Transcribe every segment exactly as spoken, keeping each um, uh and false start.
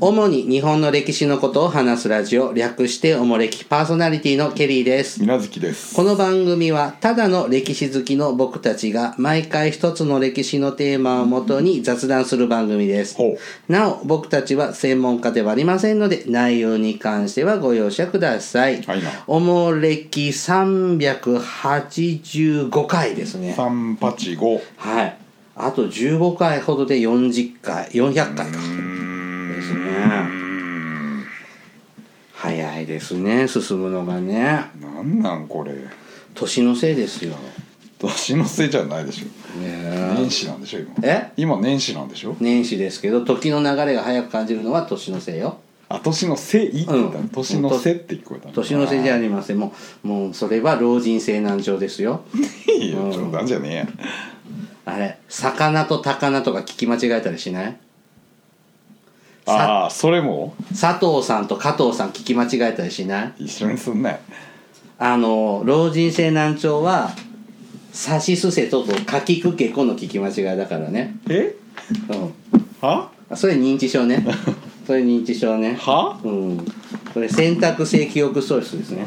主に日本の歴史のことを話すラジオ、略しておもれき、パーソナリティのケリーです。 みなずきです。 この番組はただの歴史好きの僕たちが毎回一つの歴史のテーマをもとに雑談する番組です。なお僕たちは専門家ではありませんので、内容に関してはご容赦ください。 はいな。 おもれきさんびゃくはちじゅうごかいですね。 さんはちご。 はい。あとじゅうごかいほどでよんじゅっかい、よんひゃっかいか。ですね。早いですね、進むのがね。 なんなんこれ。 年のせいですよ。 年のせいじゃないでしょ。 ね、 年始なんでしょ今。 え？ 今年始なんでしょ。 年始ですけど、時の流れが早く感じるのは年のせいよ。 あ、年のせいって言った、うん、年のせって聞こえた。 年のせいじゃありません。もう、もうそれは老人性難聴ですよ。 いや、冗談じゃねえや。 あれ、魚と高菜とか聞き間違えたりしない？ ああ、それも佐藤さんと加藤さん聞き間違えたりしない？ 一緒にすんね。あの老人性難聴はさしすせととかきくけこの聞き間違いだからね。 え？ うん。 は？ それ認知症ね。それ認知症ね。 は？ うん。これ選択性記憶喪失ですね。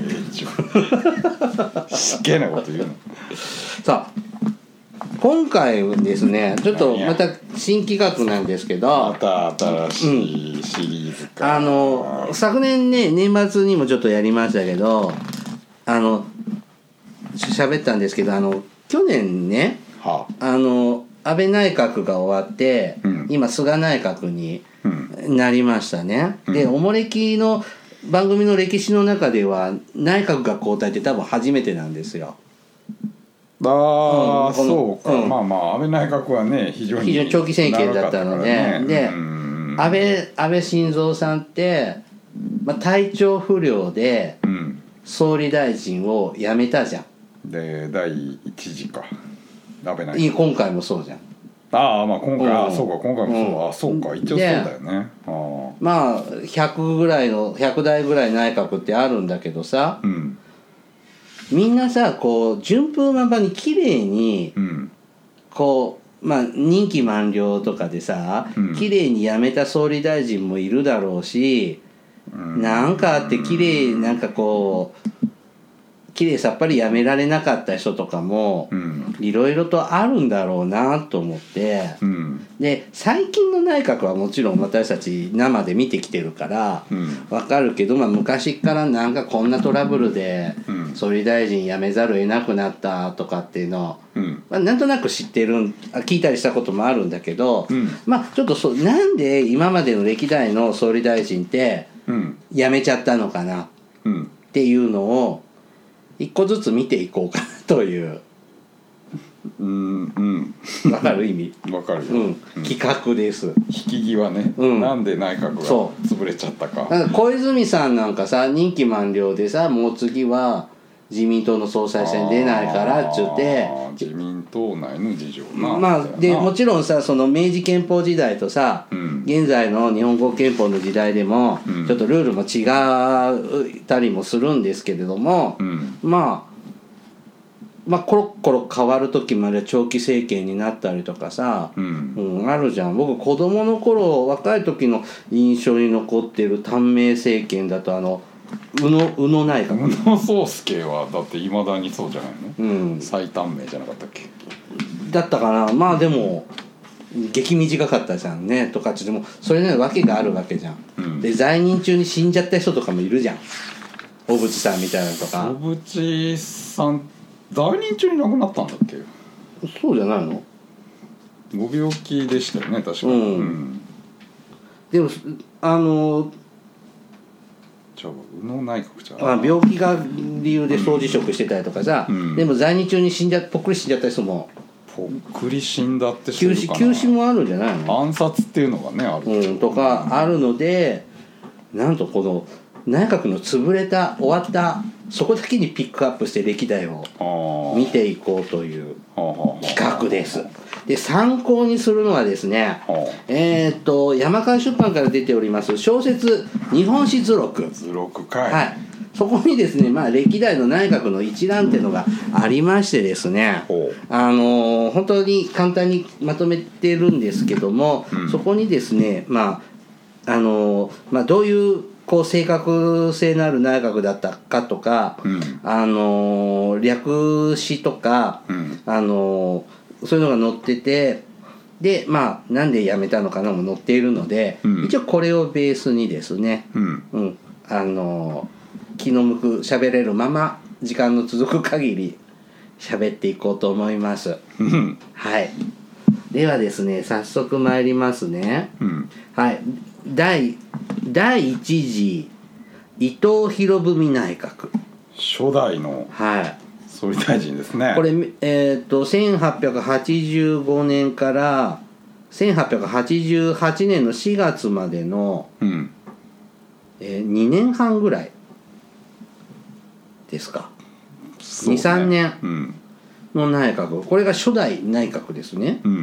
すっげえなこと言うの。 さあ、今回ですね、ちょっとまた新企画なんですけど、 また新しいシリーズか、 うん、あの昨年ね、年末にもちょっとやりましたけど、あの喋ったんですけど、あの去年ね、はあ、あの安倍内閣が終わって、うん、今菅内閣になりましたね、うん、でおもれきの番組の歴史の中では内閣が交代って多分初めてなんですよ。 ああ、うん、そうか、 うん、 まあまあ安倍内閣はね非常に非常に長期政権だったので、ね、で安倍安倍晋三さんって、まあ、体調不良で総理大臣を辞めたじゃん。 でだいいち次か安倍内閣。今回もそうじゃん。 ああまあ今回、うん、そうか今回もそう、うん、あそうか一応そうだよね。あまあひゃくぐらいのひゃくだいぐらい内閣ってあるんだけどさ、うん、みんなさこう順風満帆に綺麗に、うん、こうまあ任期満了とかでさ、うん、綺麗に辞めた総理大臣もいるだろうし、うん、なんかあって綺麗なんかこう綺麗さっぱり辞められなかった人とかもいろいろとあるんだろうなと思って、うん、で最近の内閣はもちろん私たち生で見てきてるから分かるけど、まあ、昔からなんかこんなトラブルで総理大臣辞めざるを得なくなったとかっていうの、うんまあ、なんとなく知ってる聞いたりしたこともあるんだけど、うん、まあちょっとそなんで今までの歴代の総理大臣って辞めちゃったのかなっていうのを一個ずつ見ていこうかなといううんうん分かる意味分かるよ、 うんうん、企画です。 引き際ね、うん、なんで内閣が潰れちゃったか。 なんか小泉さんなんかさ任期満了でさもう次は自民党の総裁選出ないからっちゅって自民党内の事情なまあでもちろんさその明治憲法時代とさ、うん、現在の日本国憲法の時代でも、うん、ちょっとルールも違ったりもするんですけれども、うん、まあまあコロッコロ変わる時まで長期政権になったりとかさ、うんうん、あるじゃん。僕子供の頃若い時の印象に残ってる短命政権だとあの宇野宇野内閣宇野宗介はだっていまだにそうじゃないの、うん、最短命じゃなかったっけだったかな。まあでも激短かったじゃんねとかってでもそれね訳があるわけじゃん、うん、で在任中に死んじゃった人とかもいるじゃん。小渕さんみたいなのとか。 小渕さん在任中に亡くなったんだっけ。 そうじゃないの。 ご病気でしたよね確かに、うんうん、 でもあのじゃあ宇野内閣じゃあ病気が理由で総辞職してたりとかさ、うん、でも在任中に死んじゃぽっくり死んじゃった人もぽっくり死んだって休止休止もあるんじゃないの。 暗殺っていうのがねある、 うん、とかあるのでなんとこの内閣の潰れた終わったそこだけにピックアップして歴代を見ていこうという企画です。で参考にするのはですね、えー、っと山川出版から出ております小説「日本史図録」 図録かい、 はい、そこにですね、まあ、歴代の内閣の一覧っていうのがありましてですね、あのー、本当に簡単にまとめてるんですけども、うん、そこにですね、まああの、まあ、どういうこう正確性のある内閣だったかとか、うん、あの略史とか、うん、あのそういうのが載ってて、でまあなんで辞めたのかなも載っているので、うん、一応これをベースにですね、うんうん、あの気の向く喋れるまま時間の続く限り喋っていこうと思います。はい。ではですね、早速参りますね。うん、はい。第第一次伊藤博文内閣。 初代の総理大臣ですね。はい、 これえっ、ー、とせんはっぴゃくはちじゅうごねんからせんはっぴゃくはちじゅうはちねんのしがつまでの、うんえー、にねんはんぐらいですか。ね、にさんねんの内閣、これが初代内閣ですね。うん、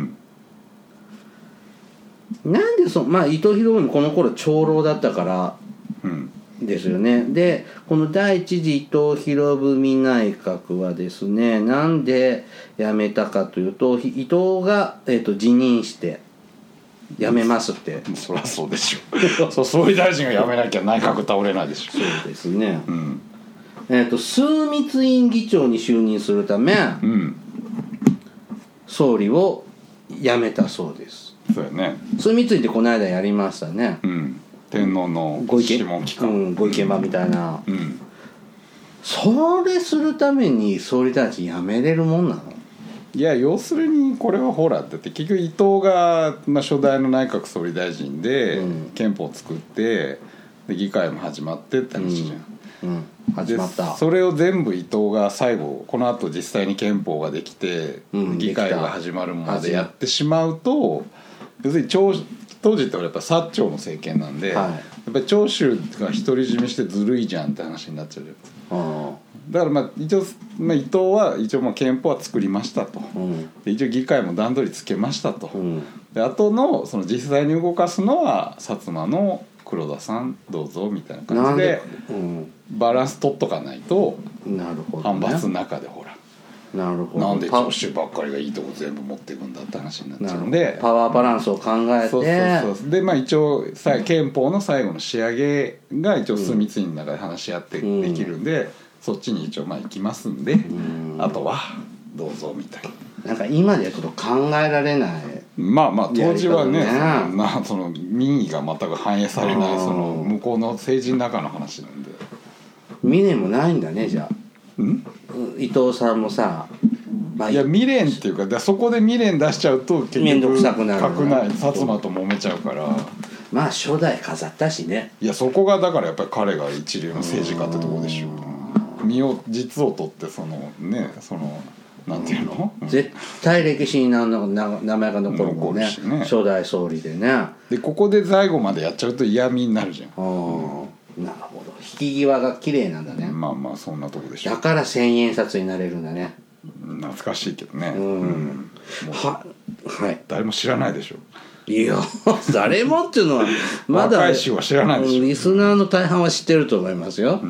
なんでそまあ伊藤博文もこの頃長老だったからですよね。うん、でこの第一次伊藤博文内閣はですね、なんで辞めたかというと、伊藤が、えー、と辞任して辞めますって。 そりゃそうでしょそう総理大臣が辞めなきゃ内閣倒れないでしょ。 そうですね。うんえー、と枢密院議長に就任するため、うん、総理を辞めたそうです。 そうやね。 枢密院ってこの間やりましたね。うん、 天皇の諮問機関、 うん、ご意見番みたいな、うん、それするために総理大臣辞めれるもんなの？ いや要するにこれはほらだって結局伊藤が、まあ、初代の内閣総理大臣で、うん、憲法を作ってで議会も始まってって話じゃん。うんうん始まった。それを全部伊藤が最後このあと実際に憲法ができて、うん、議会が始まるまでやってしまうと、要するに長当時ってやっぱ薩長の政権なんで、はい、やっぱり長州が独り占めしてずるいじゃんって話になっちゃうじゃないですか。だからまあ一応、まあ、伊藤は一応まあ憲法は作りましたと、うん、で一応議会も段取りつけましたと、うん、であとのその実際に動かすのは薩摩の黒田さんどうぞみたいな感じで、うん、バランス取っとかないと、なるほど、ね、反発の中でほらなるほどなんで長州ばっかりがいいとこ全部持っていくんだって話になっちゃうんで、 パワーバランスを考えて、そうそうそうでまあ一応憲法の最後の仕上げが一応枢密院の中で話し合ってできるんで、うん、そっちに一応まあ行きますんで、うん、あとはどうぞみたいな。 なんか今ではちょっと考えられない。 まあまあ当時は ね, ね そ, のなその民意が全く反映されないその向こうの政治の中の話なんで。 未練もないんだねじゃあ。ん伊藤さんもさ、 まあ、いや未練っていうかだそこで未練出しちゃうと結局面倒くさくなる、 閣内薩摩と揉めちゃうから。 まあ初代飾ったしね。 いやそこがだからやっぱり彼が一流の政治家ってところでしょう。身を実を取ってそのねそのなんていうの、 うん、絶対歴史に名前が残るもんね、ね初代総理でね。 でここで最後までやっちゃうと嫌味になるじゃん。あ、 うん、なるほど。引き際が綺麗なんだね。 まあまあそんなとこでしょう。 だから千円札になれるんだね。 懐かしいけどね。うん、うん、 ははい誰も知らないでしょ。 いや誰もっていうのはまだ若い衆は知らないでしょ。 リスナーの大半は知ってると思いますよ。うん、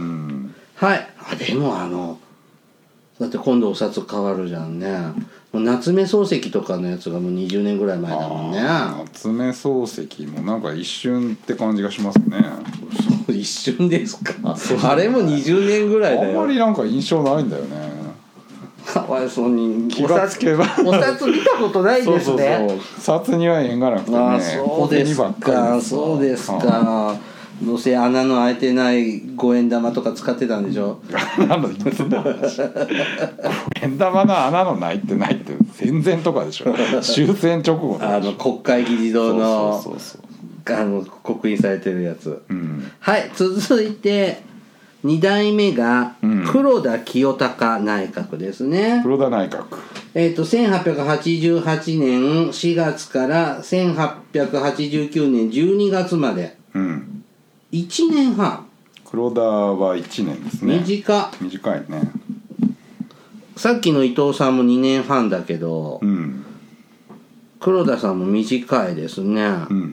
はい。あでもあのだって今度お札変わるじゃんね。夏目漱石とかのやつがもうにじゅうねんぐらい前だもんね。 夏目漱石もなんか一瞬って感じがしますね。 そう一瞬ですか。あれもにじゅうねんぐらいだよ。 あんまりなんか印象ないんだよね。 かわいそうに気がつけばお札見たことないですね。 そうそうそう札には縁がなくてね。 あそうですかそうですか。どうせ穴の開いてない五円玉とか使ってたんでしょ。 穴のいつの話五円玉の穴のないってないって戦前とかでしょ。終戦直後あの国会議事堂のそうそうそうそうあの刻印されてるやつ、うん、はい続いてに代目が黒田清隆内閣ですね、うん、 黒田内閣えーとせんはっぴゃくはちじゅうはちねんしがつからせんはっぴゃくはちじゅうきゅうねんじゅうにがつまで、うんいちねんはん。 黒田はいちねんですね。 短短いね。 さっきの伊藤さんもにねんはんだけど、うん、黒田さんも短いですね、うんうんうん、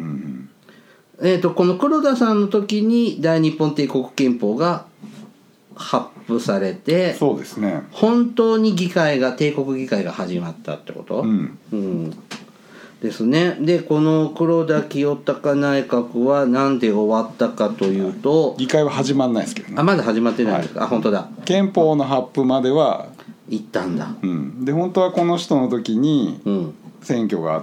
えーとこの黒田さんの時に大日本帝国憲法が発布されて、 そうですね、 本当に議会が帝国議会が始まったってこと、うんうん、 ですね。でこの黒田清隆内閣はなんで終わったかというと、 議会は始まんないですけどね。 あまだ始まってないんですか、はい、あ本当だ。 憲法の発布までは行ったんだ、 うん、で本当はこの人の時に選挙があって、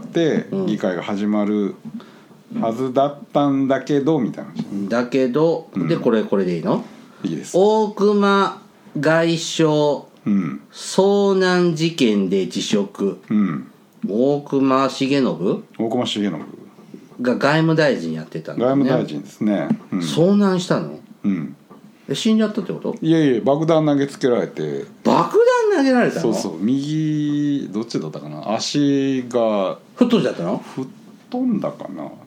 うん、議会が始まるはずだったんだけどみたいなだけど、うん、でこれこれでいいの？ いいです。 大隈外相、うん、遭難事件で辞職、うん、大隈重信大隈重信が外務大臣やってたんだよね。外務大臣ですね、 うん、遭難したの？うんえ死んじゃったってこと？ いやいや爆弾投げつけられて。 爆弾投げられたの？ そうそう右どっちだったかな、足が吹っ飛んじゃったの？ 吹っ飛んだかな。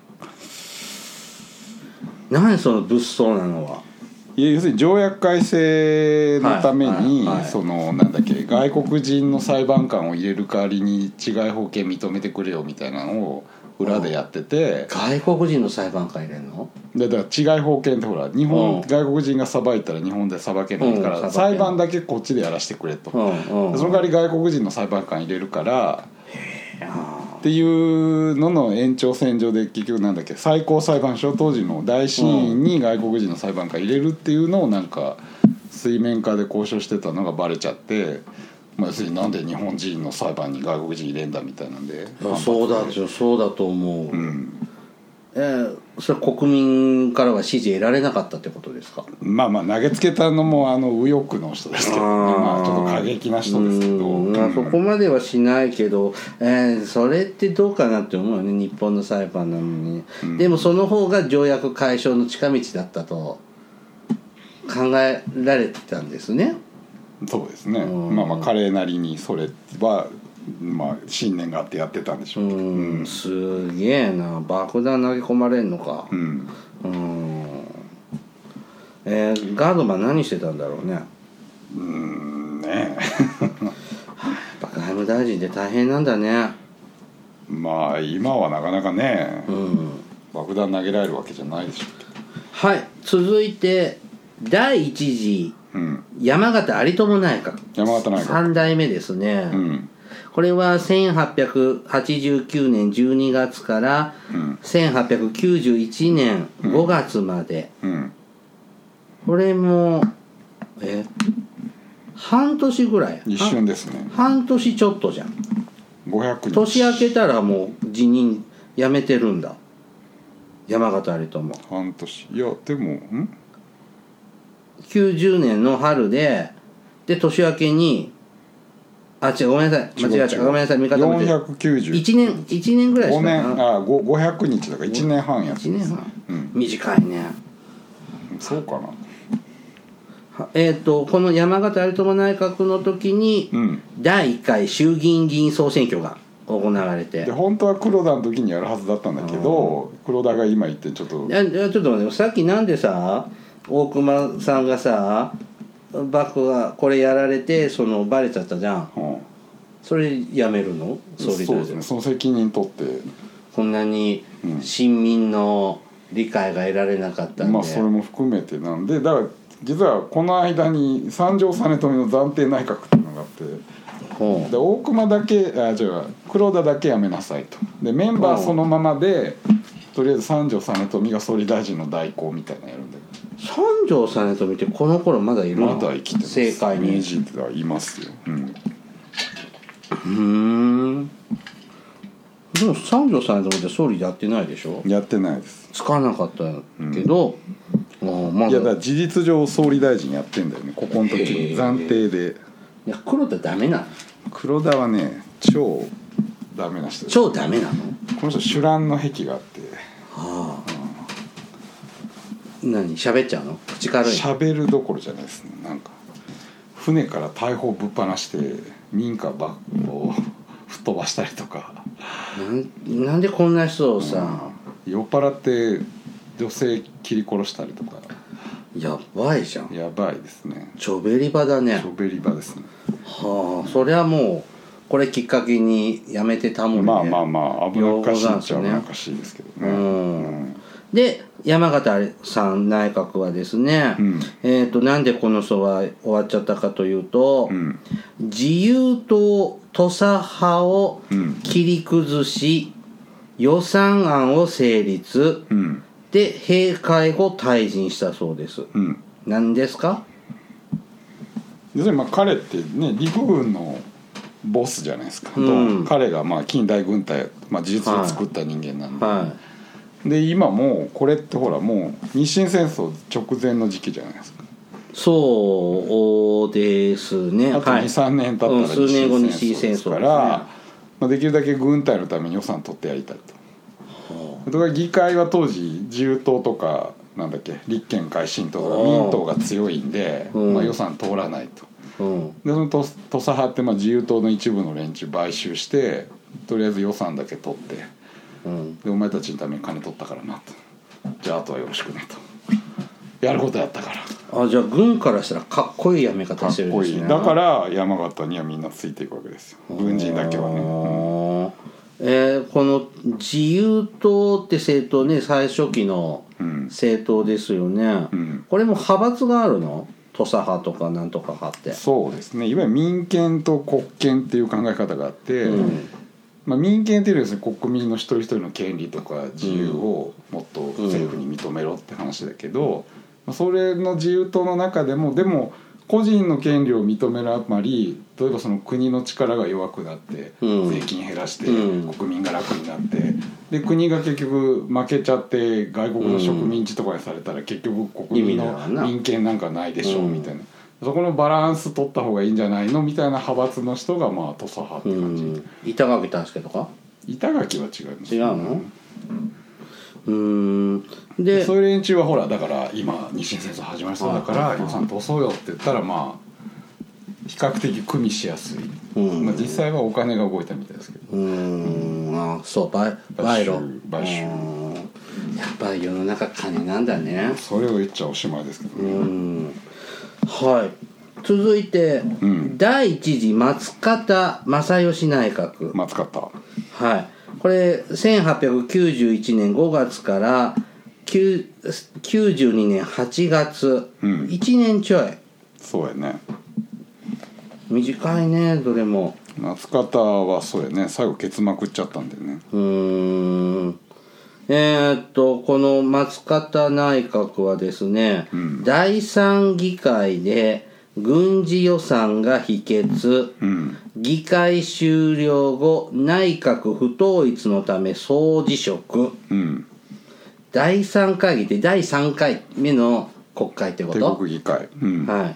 何その物騒なのは。 いや要するに条約改正のために、はいはいはい、そのなんだっけ外国人の裁判官を入れる代わりに治外法権認めてくれよみたいなのを裏でやってて。 外国人の裁判官入れるの？ だから治外法権ってほら日本外国人が裁いたら日本で裁けないから、うん、裁判だけこっちでやらせてくれと、うんうん、その代わり外国人の裁判官入れるからっていうのの延長線上で結局なんだっけ最高裁判所当時の大審院に外国人の裁判官入れるっていうのをなんか水面下で交渉してたのがバレちゃって、まあ、要するになんで日本人の裁判に外国人入れんだみたいなんで。 そうだそうだと思う、うんえー、それは国民からは支持得られなかったってことですか？ まあまあ投げつけたのもあの右翼の人ですけど、ね、まあちょっと過激な人ですけど、 うん、まあ、そこまではしないけど、えー、それってどうかなって思うよね日本の裁判なのに、うん、でもその方が条約解消の近道だったと考えられてたんですね。 そうですね、うん、まあまあ彼なりにそれはまあ信念があってやってたんでしょうけど、うんうん、すげえな爆弾投げ込まれんのか、うんうんえー、ガードマン何してたんだろうね。 うーんね外務大臣で大変なんだね。 まあ今はなかなかね、うん、爆弾投げられるわけじゃないでしょうけど。 はい続いてだいいち次、うん、山形有朋内閣山形内閣さん代目ですね、うんこれはせんはっぴゃくはちじゅうきゅうねんじゅうにがつからせんはっぴゃくきゅうじゅういちねんごがつまで、うんうん、これもえ半年ぐらい一瞬ですね。 半年ちょっとじゃん。 ごひゃくにち年明けたらもう辞任やめてるんだ山形有朋。 半年いやでもんきゅうじゅうねんの春でで年明けにあ違うごめんなさい間違えたごめんなさい見方間違えたよんひゃくきゅうじゅういちねんいちねんぐらいしかごねんあごひゃくにちだからいちねんはんやっていちねんはん、うん、短いね。 そうかな。 えー、とこの山形有朋内閣の時に、うん、だいいっかい衆議院議員総選挙が行われてで本当は黒田の時にやるはずだったんだけど黒田が今言ってちょっといやちょっと待ってさっきなんでさ大隈さんがさバックがこれやられてそのバレちゃったじゃん、うん、それやめるの総理大臣。 そうですねその責任取ってこんなに親民の理解が得られなかったんで、 まあそれも含めてなんでだから実はこの間に三条実美の暫定内閣っていうのがあってで大隈だけあ違う黒田だけやめなさいとでメンバーそのままでとりあえず三条実美が総理大臣の代行みたいなのやるんだけど三条実美ってこの頃まだいるの？ まだ生きてます。 政界に明治ではいますよ。うんうんでも三条実美って総理やってないでしょ？ やってないです。 つかなかったけど、 うんま、いやだから事実上総理大臣やってんだよねここの時暫定で。 いや黒田ダメなの？ 黒田はね超ダメな人です。 超ダメなの？ この人酒乱の癖があってはあ、うん、何喋っちゃうの？口軽いの？ 喋るどころじゃないですね。なんか船から大砲ぶっ放して民家バッグを吹っ飛ばしたりとかなん、なんでこんな人をさ、 うん、酔っ払って女性切り殺したりとかやばいじゃん。 やばいですね。 ちょべり場だね。 ちょべり場ですね。 はあそれはもうこれきっかけにやめてたもんね。 まあまあまあ危なっかしいっちゃ危なっかしいですけどね。うん、 うん、で山形さん内閣はですね、うん、えーとなんでこの人は終わっちゃったかというと、うん、自由党土佐派を切り崩し、う予算案を成立、 うん、 で閉会後退陣したそうです、 うん、 何ですか？ 要するにまあ彼ってね陸軍のボスじゃないですか、 うん、 彼がまあ近代軍隊、まあ、事実で作った人間なんで、 はいはい、 で今もうこれってほらもう日清戦争直前の時期じゃないですか。 そうですね。 あとに、さんねん経ったら日清戦争ですから、まあ、できるだけ軍隊のために予算取ってやりたいと。だから議会は当時自由党とかなんだっけ立憲改進党とか民党が強いんで、まあ、予算通らないと、うん、でその土佐派ってまあ自由党の一部の連中買収してとりあえず予算だけ取って、うん、でお前たちのために金取ったからなと、じゃああとはよろしくねと、やることやったから。 あ、じゃあ軍からしたらかっこいいやめ方してるんですね。 かっこいい。だから山形にはみんなついていくわけですよ、軍人だけはね、 うん、えー、この自由党って政党ね、最初期の政党ですよね、うん、これも派閥があるの？土佐派とかなんとか派って。 そうですね、いわゆる民権と国権っていう考え方があって、うん、まあ、民権っていうのはですね、国民の一人一人の権利とか自由をもっと政府に認めろって話だけど、うん、それの自由党の中でもでも個人の権利を認めるあまり、例えばその国の力が弱くなって税金減らして国民が楽になって、で国が結局負けちゃって外国の植民地とかにされたら結局国民の民権なんかないでしょみたいな、そこのバランス取った方がいいんじゃないのみたいな派閥の人がまあ土佐派って感じ。うん、 板垣退助とか？ 板垣は違います、 違うの？うん、でそういう連中はほらだから今日清戦争始まりそうだから予算通そうよって言ったらまあ比較的組みしやすい、うん、まあ、実際はお金が動いたみたいですけど、 うん、うん、あ、そう賄賂買収、 やっぱり世の中金なんだね。 それを言っちゃおしまいですけどね、 うん、はい。続いて、うん、第一次松方正義内閣。 松方、 はい、これせんはっぴゃくきゅうじゅういちねんごがつからきゅうじゅうにねんはちがつ、うん、いちねんちょい。 そうやね、 短いね、どれも。 松方はそうやね、最後ケツまくっちゃったんだよね。 うーん、えー、っとこの松方内閣はですね、うん、だいさん議会で軍事予算が否決、うん、議会終了後内閣不統一のため総辞職、うん、だいさん会議ってだいさんかいめの国会ってこと？ 帝国議会、うん、 はい。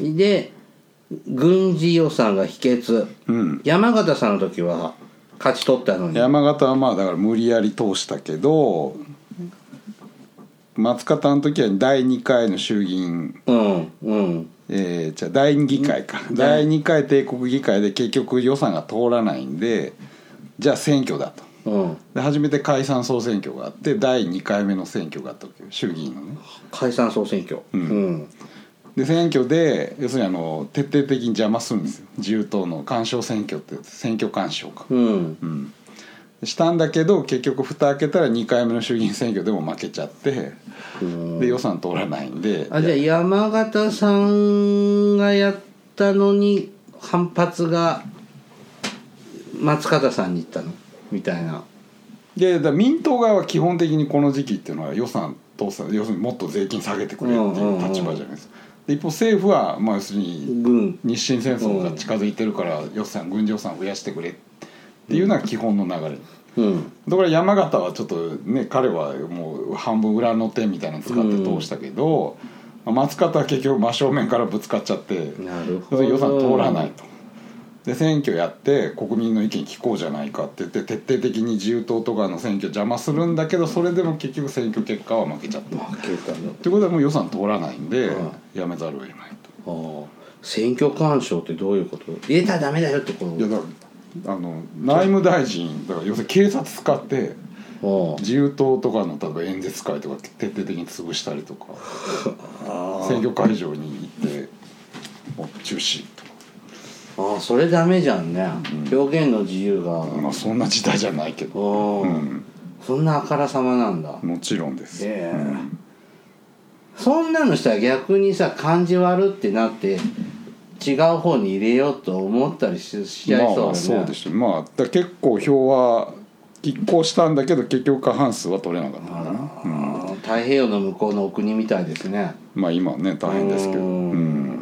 で軍事予算が否決、うん、山形さんの時は勝ち取ったのに。 山形はまあだから無理やり通したけど、松方の時はだいにかいの衆議院、うんうん、えー、じゃあだいに議会か、うん、だいにかい帝国議会で結局予算が通らないんで、じゃあ選挙だと、うん、で初めて解散総選挙があってだいにかいめの選挙があったわけよ、衆議院のね、 解散総選挙、うん、うん、 で選挙で要するにあの徹底的に邪魔するんですよ、自由党の干渉選挙って選挙干渉か、うんうん、したんだけど結局蓋開けたらにかいめの衆議院選挙でも負けちゃって、うん、で予算通らないんで、 あ、じゃあ山形さんがやったのに反発が松方さんに行ったのみたいな。 でだ民党側は基本的にこの時期っていうのは予算通さ、要するにもっと税金下げてくれっていう立場じゃないですか、で一方政府は、まあ、要するに日清戦争が近づいてるから予算軍事予算増やしてくれっていうのが基本の流れ、うん、だから山形はちょっとね、彼はもう半分裏の手みたいなの使って通したけど、うん、松方は結局真正面からぶつかっちゃって、なるほど、予算通らないと。で選挙やって国民の意見聞こうじゃないかって言って徹底的に自由党とかの選挙邪魔するんだけど、それでも結局選挙結果は負けちゃった負けたのってことはもう予算通らないんで、うん、やめざるを得ないと。 あ、選挙干渉ってどういうこと？入れたらダメだよってこと？ いやだからあの内務大臣だから要するに警察使って自由党とかの例えば演説会とか徹底的に潰したりとか選挙会場に行ってもう中止とか。 ああ、それダメじゃんね、うん、表現の自由が。 まあそんな時代じゃないけど、うん、 そんなあからさまなんだ。 もちろんです、えーうん、 そんなのしたら逆にさ感じ悪ってなって違う方に入れようと思ったり し, しちゃいそうだね。 まあ、そうでしょ、まあ、だ結構票は拮抗したんだけど結局過半数は取れなかったんだな、うん、 太平洋の向こうのお国みたいですね。 まあ今はね大変ですけど、うん、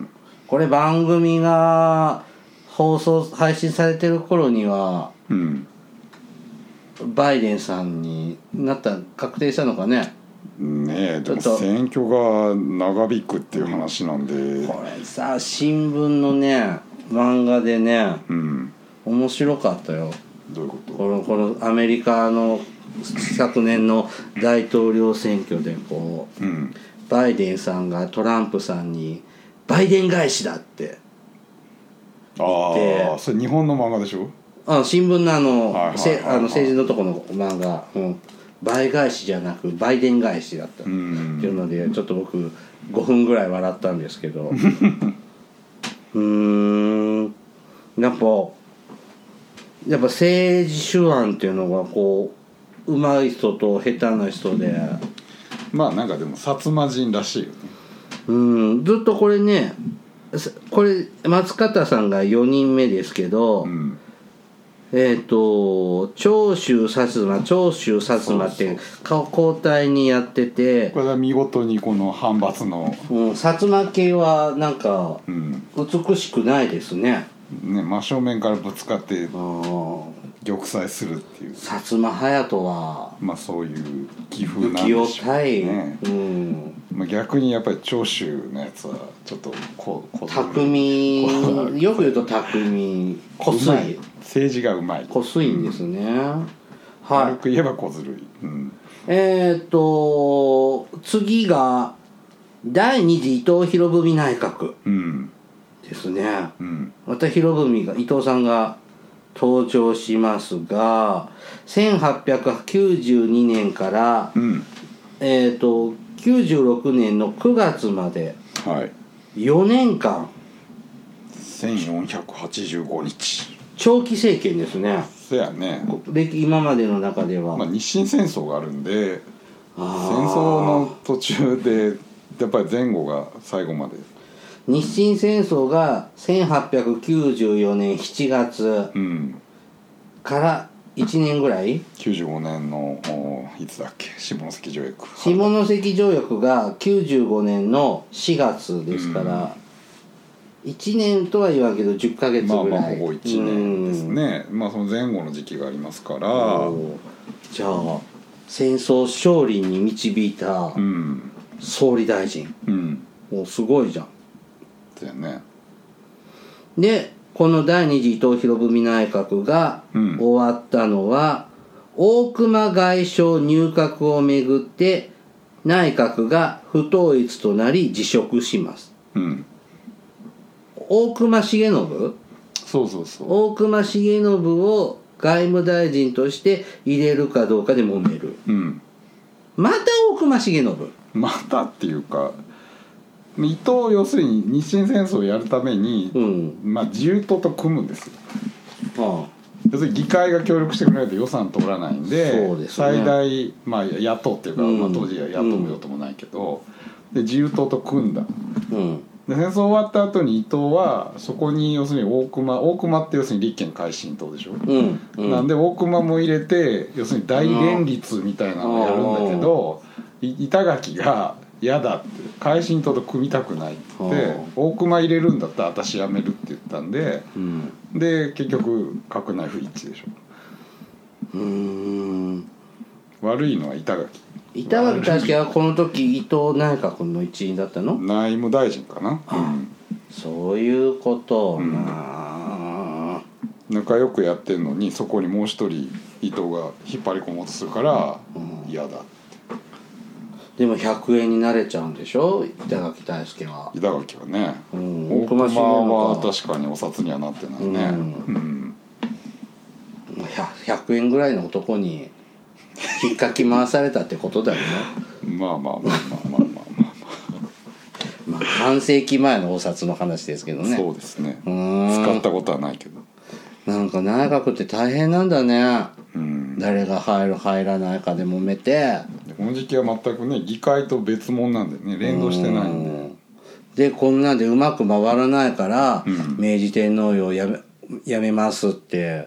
これ番組が放送配信されてる頃には、うん、バイデンさんになった確定したのかね。 ねえ、でも選挙が長引くっていう話なんで、 これさ新聞のね漫画でね、うん、面白かったよ。 どういうこと？ このこのアメリカの昨年の大統領選挙でこう、うん、バイデンさんがトランプさんにバイデン返しだって言って、 ああそれ日本の漫画でしょ？ あ新聞のあの、はいはいはいはい、せあの政治のとこの漫画、うん、倍返しじゃなくバイデン返しだったっていうのでちょっと僕ごふんぐらい笑ったんですけどうーんやっぱやっぱ政治手腕っていうのがこう上手い人と下手な人でまあなんかでも薩摩人らしいよね。 うんずっとこれねこれ松方さんがよにんめですけど、うん、えっ、ー、と長州薩摩長州薩摩って交代にやっててこれは見事にこの反発の、 うん、薩摩系はなんか美しくないですね、 ね真正面からぶつかって玉砕するっていう薩摩隼人はまあそういう気風なんでしょうね、うんまあ、逆にやっぱり長州のやつはちょっとここ巧みよく言うと巧みこすい政治がうまいこすいんですね、うん、はい軽く言えば小ずるい、うん、 えっ、ー、と次が第二次伊藤博文内閣ですね、うん、また博文が伊藤さんが登場しますがせんはっぴゃくきゅうじゅうにねんから、うん、えっ、ー、ときゅうじゅうろくねんのくがつまでよねんかん、はい、 せんよんひゃくはちじゅうごにち長期政権ですね。 そうやね今までの中では、 まあ、日清戦争があるんで戦争の途中でやっぱり前後が最後まで日清戦争がせんはっぴゃくきゅうじゅうよねんしちがつからいちねんぐらい、 きゅうじゅうごねんのいつだっけ下関条約下関条約がきゅうじゅうごねんのしがつですから、うん、いちねんとは言わんけどじゅっかげつぐらい、 まあまあほぼいちねんですね、まあその前後の時期がありますから、 じゃあ戦争勝利に導いた総理大臣、うん、もうすごいじゃん。 だよね。 でこの第二次伊藤博文内閣が終わったのは、うん、大隈外相入閣をめぐって内閣が不統一となり辞職します、うん、大隈重信そうそうそう大隈重信を外務大臣として入れるかどうかで揉める、うん、また大隈重信またっていうか伊藤要するに日清戦争をやるために、うんまあ、自由党と組むんですよ、はあ、要するに議会が協力してくれないと予算通らないん で, そうです、ね、最大、まあ、野党っていうか、うんまあ、当時は野党も与党もないけど、うん、で自由党と組んだ、うん、で戦争終わった後に伊藤はそこに要するに大隈大隈って要するに立憲改進党でしょ、うんうん、なんで大隈も入れて要するに大連立みたいなのをやるんだけど、うん、板垣が嫌だって改進党と組みたくないって言って大隈入れるんだったら私辞めるって言ったんで、うん、で結局閣内不一致でしょ。うーん悪いのは板垣板垣確かこの時伊藤内閣の一員だったの内務大臣かな、 うん、そういうことな、 うん、仲良くやってんのにそこにもう一人伊藤が引っ張り込もうとするから嫌だ、うんでもひゃくえんになれちゃうんでしょ板垣大輔は。 板垣はね、うん、大隈は確かにお札にはなってないね、うんうん、 ひゃくえんぐらいの男に引っかき回されたってことだよねまあまあまあまあまあまあまあまあ半世紀前のお札の話ですけどね。 そうですね使ったことはないけどなんか内閣って大変なんだね、うん、誰が入る入らないかで揉めてこの時期は全くね議会と別物なんでね連動してないんででこんなんでうまく回らないから、うん、明治天皇をやめ、やめますって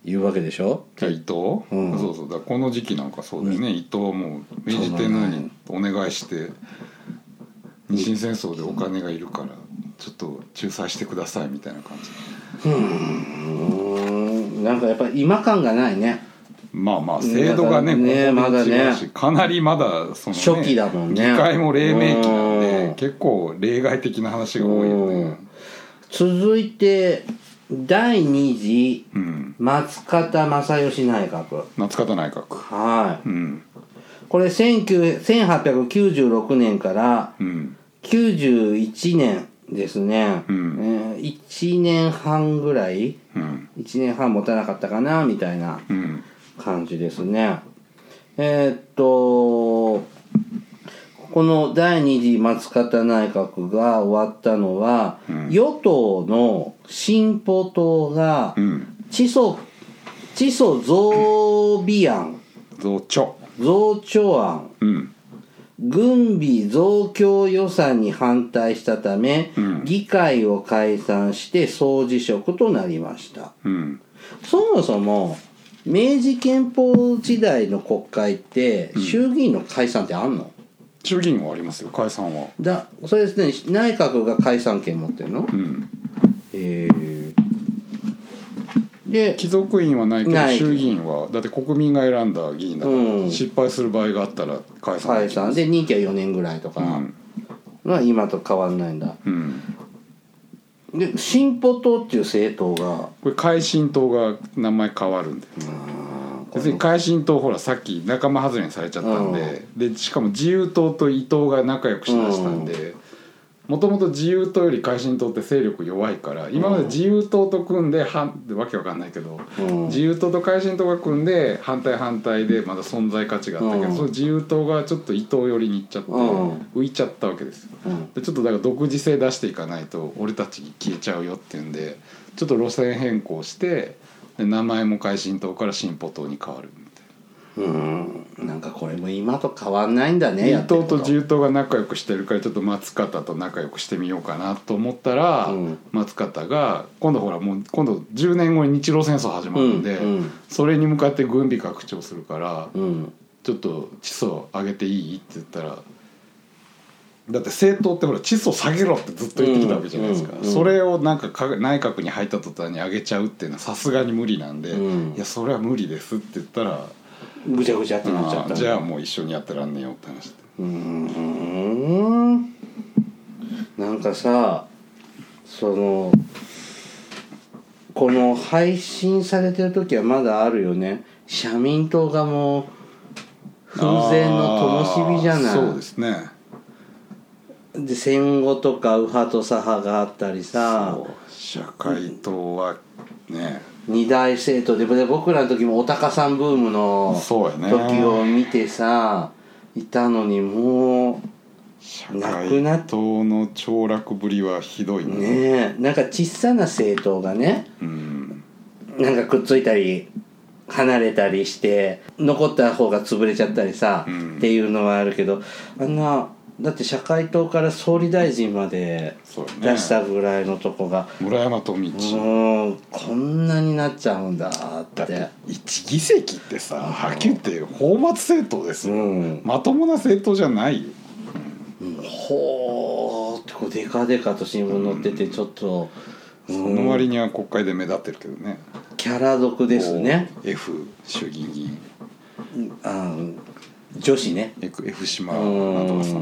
いうわけでしょ。 じゃあ伊藤、うん、そうそうだこの時期なんかそうだよね、うん、伊藤はもう明治天皇にお願いして日清戦争でお金がいるからちょっと仲裁してくださいみたいな感じ。 うーんなんかやっぱり今感がないね。 まあまあ制度がねねまだねかなりまだその、ね、 初期だもんね。 議会も黎明期なんで結構例外的な話が多いよね。 続いてだいに次、うん、松方正義内閣。 松方内閣はい、うん、これせんはっぴゃくきゅうじゅうろくねんからきゅうじゅういちねんですね、うんえー、いちねんはんぐらい、うん、いちねんはん持たなかったかなみたいな感じですね。えー、っとこのだいに次松方内閣が終わったのは、うん、与党の進歩党が、うん、地租地租増備案増徴増徴案、うん、軍備増強予算に反対したため、うん、議会を解散して総辞職となりました、うん、そもそも明治憲法時代の国会って、うん、衆議院の解散ってあんの？ 衆議院はありますよ解散は。 だそれですね内閣が解散権持ってるの？うん。えー、 で貴族院はないけど衆議院はだって国民が選んだ議員だから、うん、失敗する場合があったら解散解散で任期はよねんぐらいとか、うん、まあ今と変わんないんだ。うん。で進歩党っていう政党がこれ改進党が名前変わるんで。別に改進党ほらさっき仲間外れにされちゃったんで、うん、でしかも自由党と伊藤が仲良くしだしたんでもともと自由党より改進党って勢力弱いから今まで自由党と組んで反ってわけわかんないけど、うん、自由党と改進党が組んで反対反対でまだ存在価値があったけど、うん、その自由党がちょっと伊藤寄りに行っちゃって、うん、浮いちゃったわけですよ、うん、でちょっとだから独自性出していかないと俺たち消えちゃうよっていうんでちょっと路線変更してで名前も改進党から進歩党に変わるみたいな。 うんなんかこれも今と変わんないんだね。 伊藤と自由党が仲良くしてるからちょっと松方と仲良くしてみようかなと思ったら、うん、松方が今度ほらもう今度じゅうねんごに日露戦争始まるんで、うんうん、それに向かって軍備拡張するから、うん、ちょっと地租上げていいって言ったらだって政党ってほら地租下げろってずっと言ってきたわけじゃないですか、うんうんうん、それをなんか内閣に入った途端に上げちゃうっていうのはさすがに無理なんで、うん、いやそれは無理ですって言ったらぐちゃぐちゃってなっちゃった。 じゃあもう一緒にやってらんねえよって話でうーんなんかさそのこの配信されてる時はまだあるよね社民党がもう風前の灯火じゃない。 そうですね。 で戦後とか右派と左派があったりさ社会党はね二大政党で僕らの時もお高さんブームの時を見てさいたのにもう社会党の凋落ぶりはひどいね。 ねえなんか小さな政党がね、うん、なんかくっついたり離れたりして残った方が潰れちゃったりさ、うん、っていうのはあるけどあんなだって社会党から総理大臣まで出したぐらいのとこが、 ね、村山富一うんこんなになっちゃうんだってだっていち議席ってさはっきり言って泡沫政党ですよ、うん、まともな政党じゃないよ、 うん、ほーってこうデカデカと新聞載っててちょっと、 うん、その割には国会で目立ってるけどねキャラ族ですね F 衆議院議員あ女子ね F 島などかさん、うん、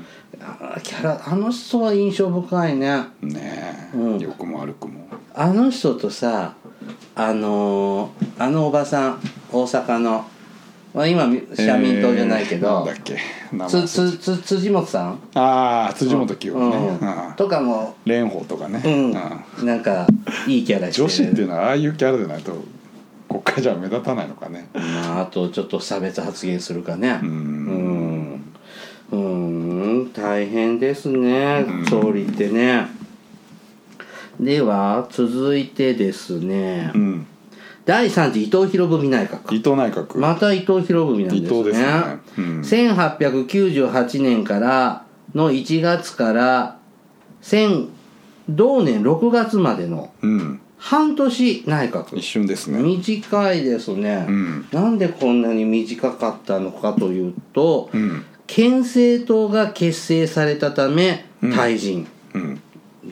あキャラあの人は印象深いねねえ、うん、良くも悪くもあの人とさあのー、あのおばさん大阪の、まあ、今社民党じゃないけど、えー、なんだっけつつつ辻元さんああ辻元清ね、 うんうん、とかも蓮舫とかね、 うん、なんかいいキャラしてる女子っていうのはああいうキャラでないと国会じゃ目立たないのかね。 まああとちょっと差別発言するかね。うんうん大変ですね総理ってね。では続いてですね、うん、だいさん次伊藤博文内閣。 伊藤内閣また伊藤博文なんですね。伊藤ですね、うん、せんはっぴゃくきゅうじゅうはちねんからのいちがつから同年ろくがつまでの半年内閣。 一瞬ですね。 短いですね、うん、なんでこんなに短かったのかというと、うん、憲政党が結成されたため退陣、うんうん、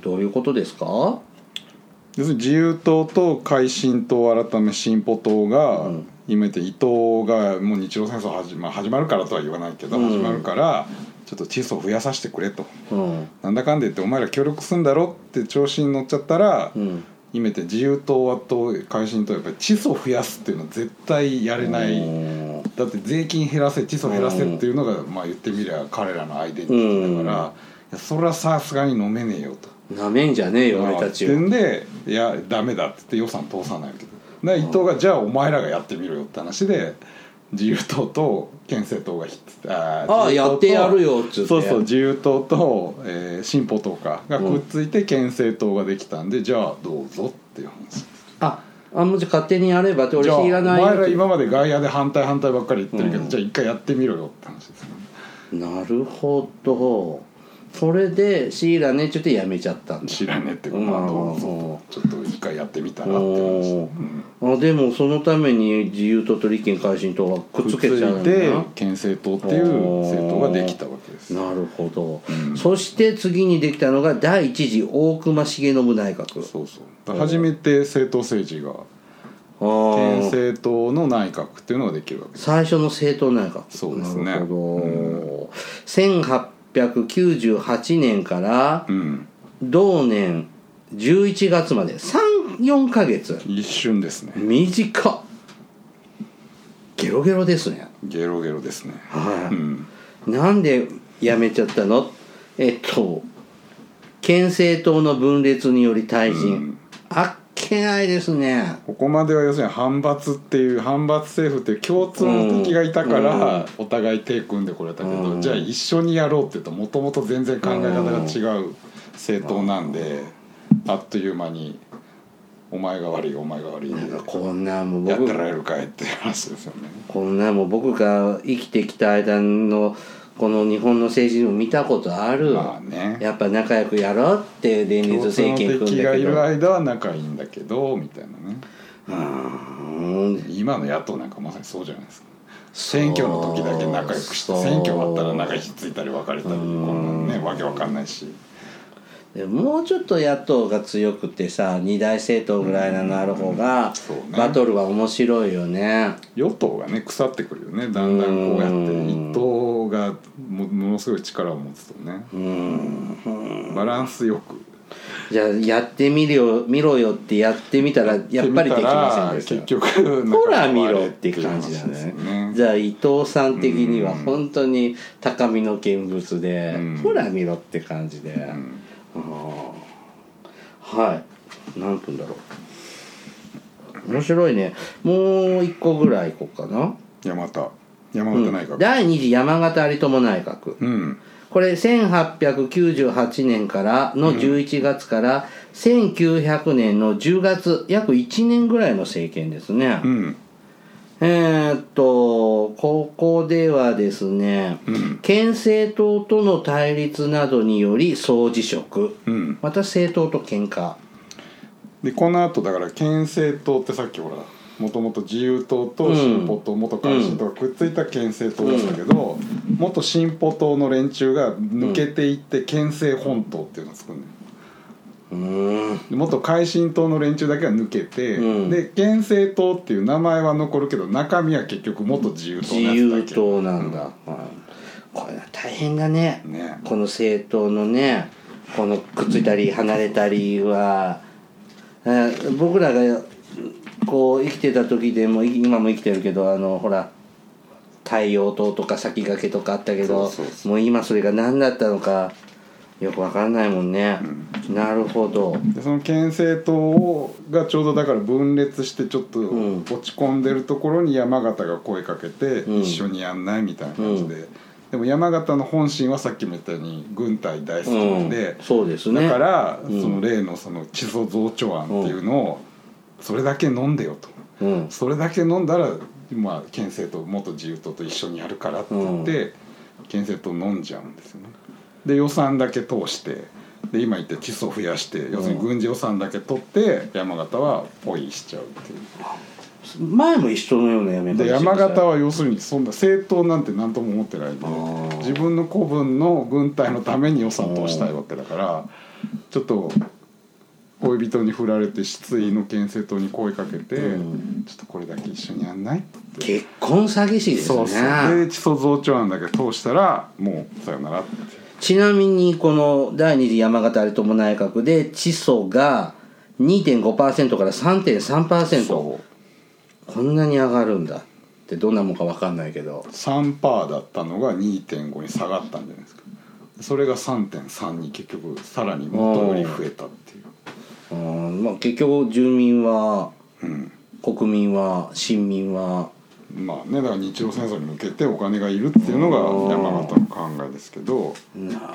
どういうことですか？ 要するに自由党と改進党改め進歩党が、うん、今言って伊藤がもう日露戦争始、まあ、始まるからとは言わないけど、うん、始まるからちょっと地層増やさせてくれと、うん、なんだかんで言ってお前ら協力すんだろって調子に乗っちゃったら、うん、今言って自由党はと改進党やっぱり地層増やすっていうのは絶対やれない、うん、だって税金減らせ地層減らせっていうのが、うん、まあ言ってみりゃ彼らのアイデンティティだから、うん、いやそれはさすがに飲めねえよと。 なめんじゃねえよ俺たちは。ってんでいやダメだって言って予算通さないわけど、で伊藤がじゃあお前らがやってみろよって話で自由党と憲政党がひっつあああやってやるよっつってそうそう自由党と、えー、進歩党かがくっついて憲政党ができたんで、うん、じゃあどうぞっていう話。 ああもうじゃあ勝手にやればって俺知らないよ。 お前ら今まで外野で反対反対ばっかり言ってるけど、うん、じゃあ一回やってみろよって話ですよね。なるほど。それでシーラネちょっとやめちゃったんだ。 シーラネっていうかまあどうぞちょっと一回やってみたらって話、 うん、あでもそのために自由党と立憲改進党がくっつけちゃうんだな。くっついて憲政党っていう政党ができたわけです。 なるほど、うん、そして次にできたのが第一次大隈重信内閣。 そうそう初めて政党政治が憲政党の内閣っていうのができるわけです。 最初の政党内閣。 そうですね。 なるほど、うん、せんはっぴゃくきゅうじゅうはちねんから、うん、同年じゅういちがつまで さん,よん ヶ月。 一瞬ですね。 短っ。ゲロゲロですね。 ゲロゲロですね。 はい、うん、なんでやめちゃったの？えっと憲政党の分裂により退陣、うん、あっけないですね。 ここまでは要するに反発っていう反発政府っていう共通の敵がいたから、お互い手組んでこれたけど、うん、じゃあ一緒にやろうって言うともともと全然考え方が違う政党なんで、あっという間にお前が悪いお前が悪いなんかこんなもう僕やってられるかいっていう話ですよね。 こんなもう僕が生きてきた間のこの日本の政治を見たことある、まあね、やっぱ仲良くやろうって連立政権組んだけど、共通の敵がいる間は仲いいんだけどみたいなね。うん今の野党なんかまさにそうじゃないですか。選挙の時だけ仲良くして選挙終わったら仲ひっついたり別れたりこんなねわけわかんないし。 でもうちょっと野党が強くてさ二大政党ぐらいなのある方が、ね、バトルは面白いよね。 与党がね腐ってくるよねだんだんこうやって一党が も, ものすごい力を持つとねうんバランスよくじゃあやってみるよ見ろよってやってみたらやっぱりできませんでした。 結局ほら見ろって感じだ ね, ねじゃあ伊藤さん的には本当に高みの見物で、うん、ほら見ろって感じで、うんはい何分だろう面白いね。もう一個ぐらいいこうかな。 山形山形内閣、 うん、第二次山形有朋内閣、うん、これせんはっぴゃくきゅうじゅうはちねんからのじゅういちがつからせんきゅうひゃくねんのじゅうがつ約いちねんぐらいの政権ですね、うんえー、っとここではですね、うん、憲政党との対立などにより総辞職、うん、また政党と喧嘩でこの後だから憲政党ってさっきほらもともと自由党と進歩党、うん、元改進党がくっついた憲政党だったけど、うん、元進歩党の連中が抜けていって憲政本党っていうのを作るんだよ。うん元改進党の連中だけは抜けて、うん、で憲政党っていう名前は残るけど中身は結局元自由党のやつだけ。 自由党なんだ、うん、これは大変だ ね, ねこの政党のねこのくっついたり離れたりは、えー、僕らがこう生きてた時でも今も生きてるけどあのほら太陽党とか先駆けとかあったけどそうそうそうもう今それが何だったのかよく分かんないもんね、うん、なるほど。 でその憲政党がちょうどだから分裂してちょっと落ち込んでるところに山形が声かけて一緒にやんないみたいな感じで、うんうん、でも山形の本心はさっきも言ったように軍隊大好きなんで、 うん、そうですね、 だからその例のその地租増長案っていうのをそれだけ飲んでよと、うん、それだけ飲んだらまあ憲政党元自由党と一緒にやるからって言って、うん、憲政党飲んじゃうんですよね。で予算だけ通してで今言って地層増やして、要するに軍事予算だけ取って山形はポイしちゃうっていう。 前も一緒のようなやめ方で山形は要するにそんな政党なんて何とも思ってないんで、自分の子分の軍隊のために予算通したいわけだから、ちょっと恋人に振られて失意の県政党に声かけて、うん、ちょっとこれだけ一緒にやんないって結婚詐欺師ですね。 そうそうで地層増長案だけ通したらもうさよならって。 ちなみにこの第二次山形有朋内閣で地層が にてんごパーセント から さんてんさんパーセント、 こんなに上がるんだってどんなもんか分かんないけどさんパーセント だったのが にてんご に下がったんじゃないですか。それが さんてんさん に結局さらにもっとより増えたっていう。 うん、まあ、結局住民は、うん、国民は市民はまあね、だから日露戦争に向けてお金がいるっていうのが山形の考えですけど、 なる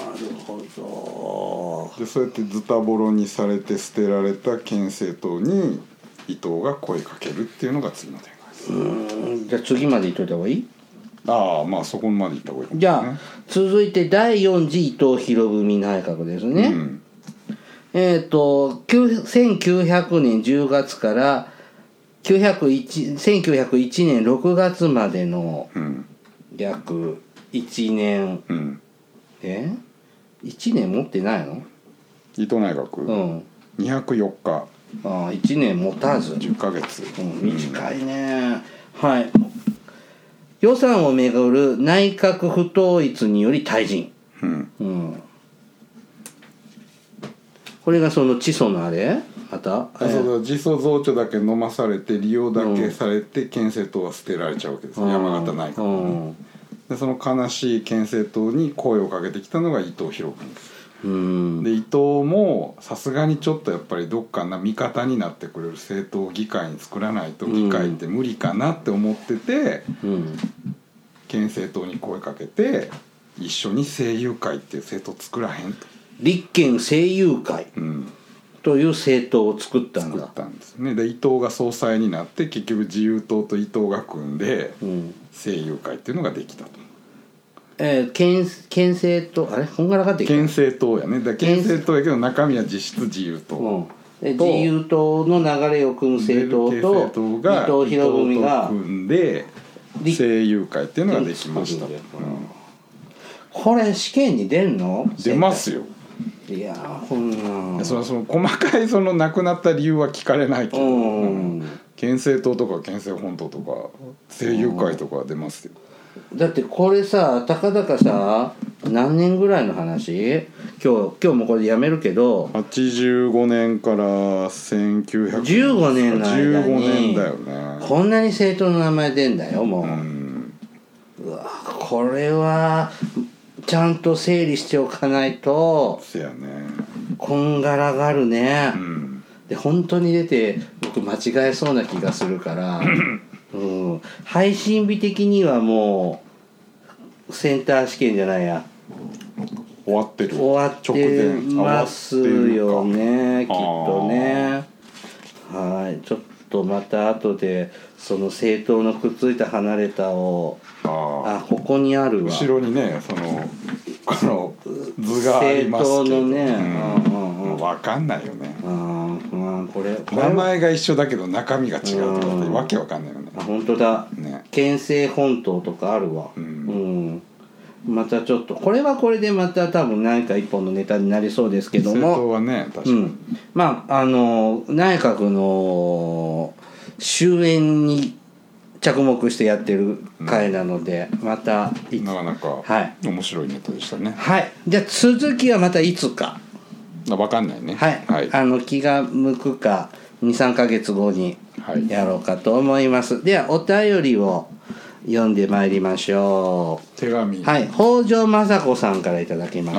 ほど。でそうやってズタボロにされて捨てられた県政党に伊藤が声かけるっていうのが次の展開です。 うん、じゃあ次まで言っといた方がいい？ ああ、まあそこまで言った方がいいかもしれない。 じゃあ続いてだいよん次伊藤博文内閣ですね。うん、えっとせんきゅうひゃくねんじゅうがつからせんきゅうひゃくいちねんろくがつまでの約いちねん、うん、えいちねん持ってないの？ 伊藤内閣、うん、にひゃくよっか。 ああいちねん持たずじゅっかげつ、 うん、短いね、うん、はい。予算をめぐる内閣不統一により退陣、うんうん、これがその地層のあれまたあそうだ、地層増長だけ飲まされて利用だけされて、うん、県政党は捨てられちゃうわけです、うん、山形内閣はね、うん、でその悲しい県政党に声をかけてきたのが伊藤博文です。うん、で伊藤もさすがにちょっとやっぱりどっかな味方になってくれる政党を議会に作らないと議会って無理かなって思ってて、うん、県政党に声かけて一緒に政友会っていう政党作らへんと。 立憲政友会、うんという政党を作ったんだ。 作ったんですね。で伊藤が総裁になって結局自由党と伊藤が組んで、うん、政友会っていうのができたと。 えー、県県政党あれこんがらがってきた。 県政党やね。だ県政党やけど中身は実質自由党、うん、 で自由党の流れを組む政党と伊藤博文が組んで政友会っていうのができました、うん、 これ試験に出るの？ 出ますよ。 いやこんなそのその細かいその亡くなった理由は聞かれないけど、うん、県政党とか県政本党とか政友会とか出ますよ。 だってこれさたかだかさ何年ぐらいの話？今日今日もこれやめるけどはちじゅうごねんからせんきゅうひゃくじゅうごねんの間にじゅうごねんだよね。 こんなに政党の名前出んだよもう、うん、うわこれはちゃんと整理しておかないとせやねこんがらがるね、うん、で本当に出て僕間違えそうな気がするから、うん、配信日的にはもうセンター試験じゃないや終わってる終わってますよねきっとね。はいちょっとまた後でその政党のくっついた離れたをああここにあるわ後ろにねそのこの図がありますけど政党のね、 うんうんうん、分かんないよね。あ、 まあ、これ名前が一緒だけど中身が違うとかってわけわかんないよね。 あ本当だ、ね、県政本党とかあるわ、うんうん、またちょっとこれはこれでまた多分何か一本のネタになりそうですけども政党はね確かに、うん、 まああの内閣の終焉に着目してやってる回なので、うん、またいつなかなか、はい、面白いネタでしたね。 はいじゃあ続きはまたいつか分かんないね。 はい、はい、あの気が向くか にさんかげつごにやろうかと思います、はい、ではお便りを読んでまいりましょう。 手紙はい北条政子さんからいただきました。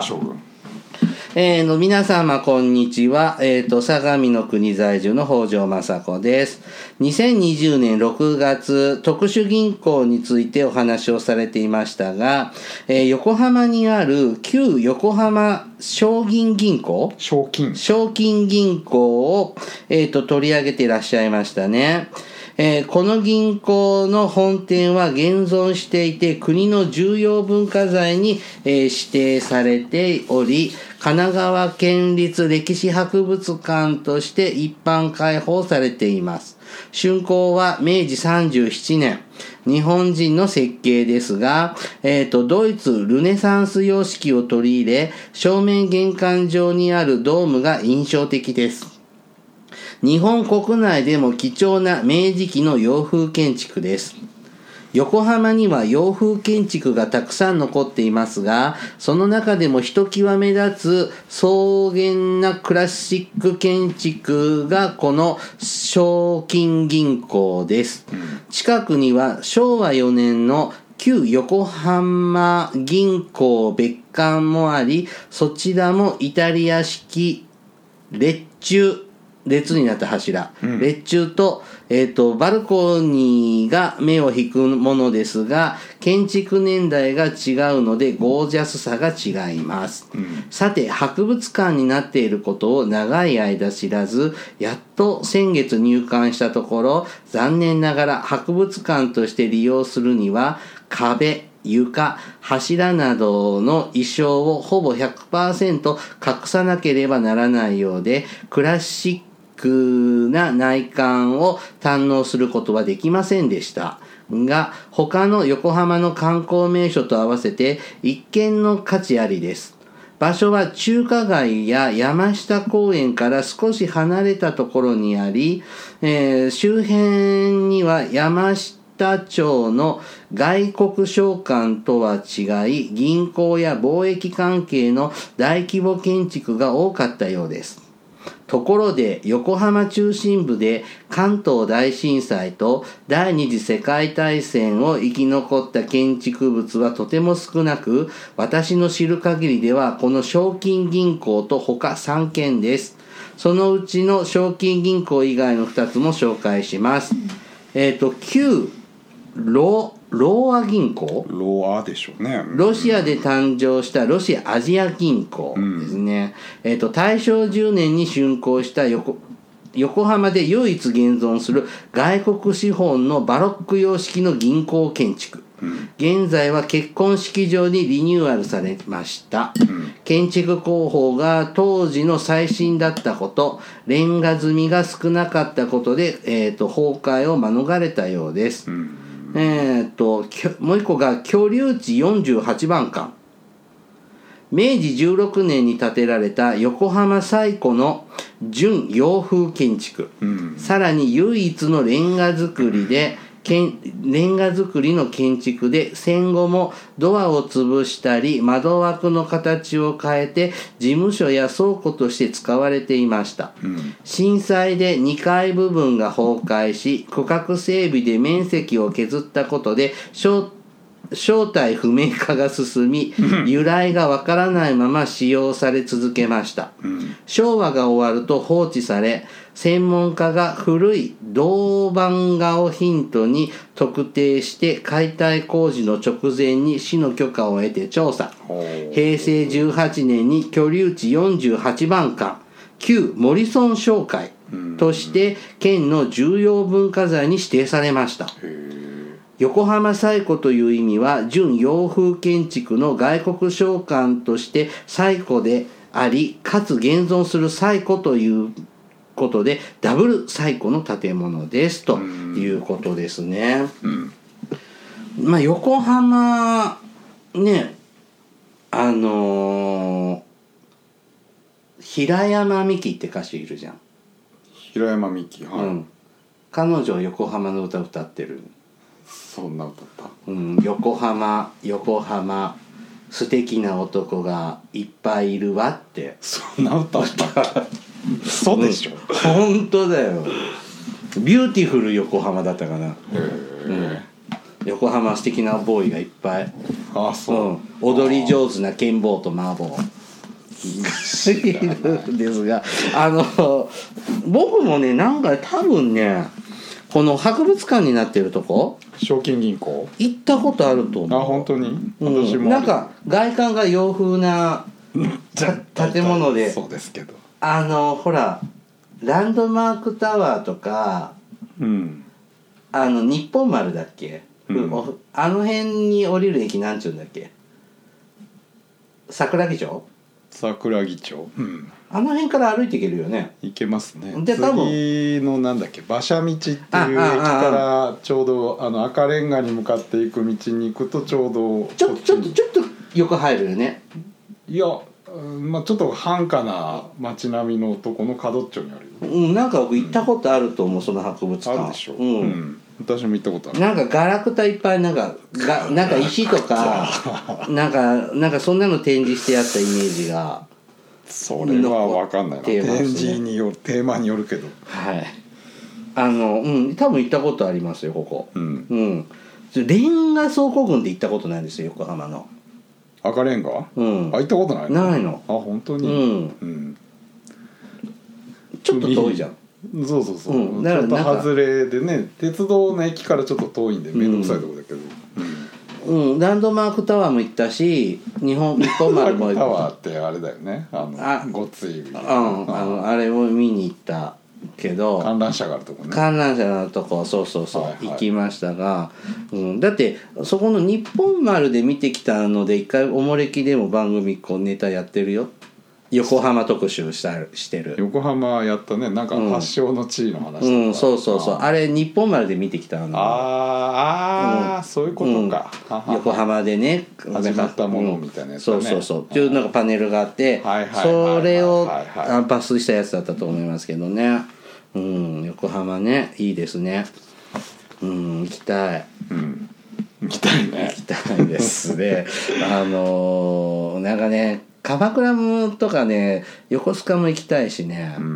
えー、の皆様こんにちは、えーと相模の国在住の北条政子です。にせんにじゅうねんろくがつ特殊銀行についてお話をされていましたが、えー、横浜にある旧横浜商銀銀行商金商金銀行を、えーと取り上げていらっしゃいましたね。 えー、この銀行の本店は現存していて国の重要文化財に、えー、指定されており、神奈川県立歴史博物館として一般開放されています。竣工はめいじさんじゅうななねん。日本人の設計ですが、えーと、ドイツルネサンス様式を取り入れ、正面玄関上にあるドームが印象的です。日本国内でも貴重な明治期の洋風建築です。横浜には洋風建築がたくさん残っていますが、その中でもひときわ目立つ草原なクラシック建築がこの正金銀行です。近くにはしょうわよねんの旧横浜銀行別館もあり、そちらもイタリア式列柱列になった柱、うん、列柱と、えーと、バルコニーが目を引くものですが、建築年代が違うのでゴージャスさが違います、うん、さて博物館になっていることを長い間知らず、やっと先月入館したところ、残念ながら博物館として利用するには壁、床、柱などの意匠をほぼ ひゃくパーセント 隠さなければならないようで、クラシックな内観を堪能することはできませんでしたが、他の横浜の観光名所と合わせて一見の価値ありです。場所は中華街や山下公園から少し離れたところにあり、えー、周辺には山下町の外国商館とは違い、銀行や貿易関係の大規模建築が多かったようです。ところで横浜中心部で関東大震災と第二次世界大戦を生き残った建築物はとても少なく、私の知る限りではこの正金銀行と他さんけんです。そのうちの正金銀行以外のふたつも紹介します。えっと旧ロローア銀行ローアでしょうね。 ロシアで誕生したロシアアジア銀行ですね、うん、えっと大正じゅうねんに竣工した横横浜で唯一現存する外国資本のバロック様式の銀行建築、うん、現在は結婚式場にリニューアルされました、うん、建築工法が当時の最新だったこと、レンガ積みが少なかったことで、えーと、崩壊を免れたようです、うん、えーともう一個が居留地よんじゅうはちばんかん、めいじじゅうろくねんに建てられた横浜最古の純洋風建築、うん、さらに唯一のレンガ造りでレンガ造りの建築で、戦後もドアを潰したり窓枠の形を変えて事務所や倉庫として使われていました、うん、震災でにかい部分が崩壊し、区画整備で面積を削ったことで正体不明化が進み、由来がわからないまま使用され続けました、うん、昭和が終わると放置され、専門家が古い銅板画をヒントに特定して解体工事の直前に市の許可を得て調査。へいせいじゅうはちねんに居留地よんじゅうはちばんかん、旧モリソン商会として県の重要文化財に指定されました。横浜最古という意味は、純洋風建築の外国商館として最古であり、かつ現存する最古ということでダブル最古の建物ですということですね、うん、まあ横浜ね、あのー、平山美樹って歌手いるじゃん。 平山美樹、はい、うん、 彼女横浜の歌歌ってる。 そんな歌った、 うん、横浜横浜素敵な男がいっぱいいるわって。 そんな歌ったそうでしょ、 うん、本当だよ。ビューティフル横浜だったかな、うん、横浜素敵なボーイがいっぱい。 ああそう、うん、 踊り上手なケンボーとマーボーいるんですが、あの僕もね、なんか多分ね、この博物館になってるとこ、 正金銀行行ったことあると思う。 あ、本当に、 うん、 私もなんか外観が洋風な建物で、 そうですけど、 あのほらランドマークタワーとか、 うん、 あの日本丸だっけ、 うん、 あの辺に降りる駅なんちゅうんだっけ、桜木町桜木町、うん、 あの辺から歩いていけるよね。 行けますね。 で多分次のなんだっけ馬車道っていう駅からちょうどあの赤レンガに向かっていく道に行くとちょうどちょちょっとちょっと横入るよね。 いや、まあ、ちょっと繁華な街並みのとこの角っちょにあるよ、 うん、なんか僕行ったことあると思う、うん、その博物館あるでしょ、 うん、 うん、私も行ったことある。 なんかガラクタいっぱいなんかがなんか石とかなんかなんかそんなの展示してあったイメージが。 それは分かんないな、ね、展示によるテーマによるけど、 はいあのうん多分行ったことありますよここ。 うん、 うん、レンガ倉庫群で行ったことないんですよ横浜の赤レンガ、うん、あ行ったことないのないの。 あ本当に、 うんうん、ちょっと遠いじゃん。 そうそうそう、うん、だからちょっと外れでね鉄道の駅からちょっと遠いんで面倒くさいとこだけど、 うん、うん、ランドマークタワーも行ったし日本日本丸も行ったタワーってあれだよねあのあごっつい、うん、 あのあれを見に行ったけど観覧車があるとこね観覧車のとこそうそうそう、はいはい、行きましたが、うん、だってそこの日本丸で見てきたので一回おもれきでも番組こうネタやってるよ。横浜特集したしてる。 横浜やったねなんか発祥の地の話とか、うん、 うん、そうそうそうあれ日本丸で見てきたの。 ああ、うん、そういうことか、 うん、横浜でね始まったものみたいなやつだね、 そうそうそうっていうなんかパネルがあって、はいはい、それを抜粋したやつだったと思いますけどね。うん横浜ねいいですね。うん行きたい、 うん、行きたいね行きたいですねあのー、なんかね鎌倉もとかね横須賀も行きたいしね。うん、うん、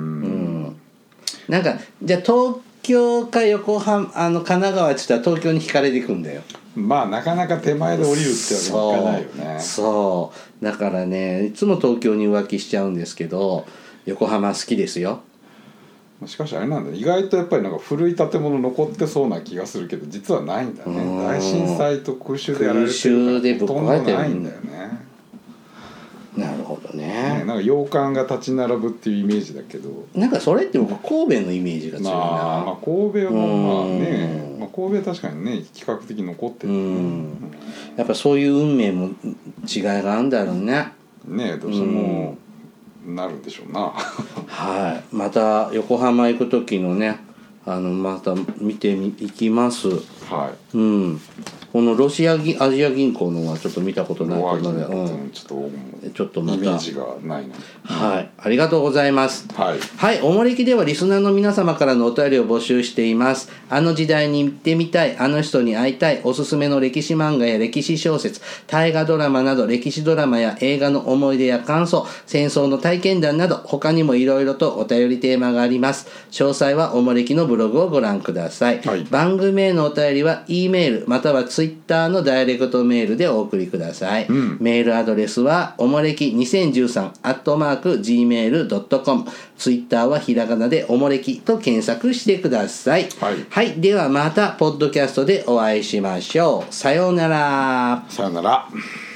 なんかじゃあ東京か横浜あの神奈川って言ったら東京に惹かれていくんだよ。 まあなかなか手前で降りるってわけにいかないよね。 そうだからねいつも東京に浮気しちゃうんですけど横浜好きですよ。 しかしあれなんだ意外とやっぱりなんか古い建物残ってそうな気がするけど実はないんだね。大震災と空襲でやられてるからほとんどないんだよね。 なるほど ね, ねなんか洋館が立ち並ぶっていうイメージだけどなんかそれって僕神戸のイメージが強いな、まあ、まあ神戸はまあね、まあ、神戸は確かにね比較的残ってる、ね、うん、 やっぱそういう運命も違いがあるんだろうね。 ねどうしてもなるんでしょうなはいまた横浜行く時のねあのまた見ていきます。 はい、 うんこのロシアギアジア銀行のはちょっと見たことないので、 うん、ちょっとちょっとまたイメージがないの、 はい、ありがとうございます。 はい、 はい、おもれきではリスナーの皆様からのお便りを募集しています。あの時代に行ってみたい、あの人に会いたい、おすすめの歴史漫画や歴史小説、大河ドラマなど歴史ドラマや映画の思い出や感想、戦争の体験談など他にもいろいろとお便りテーマがあります。詳細はおもれきのブログをご覧ください。はい、番組へのお便りは E メールまたは Twitter のダイレクトメールでお送りください。うん、メールアドレスはおもれきにせんじゅうさんアットマーク ジーメールドットコム、 ツイッターはひらがなでおもれきと検索してください。はい、はい、ではまたポッドキャストでお会いしましょう。さようなら。 さようなら。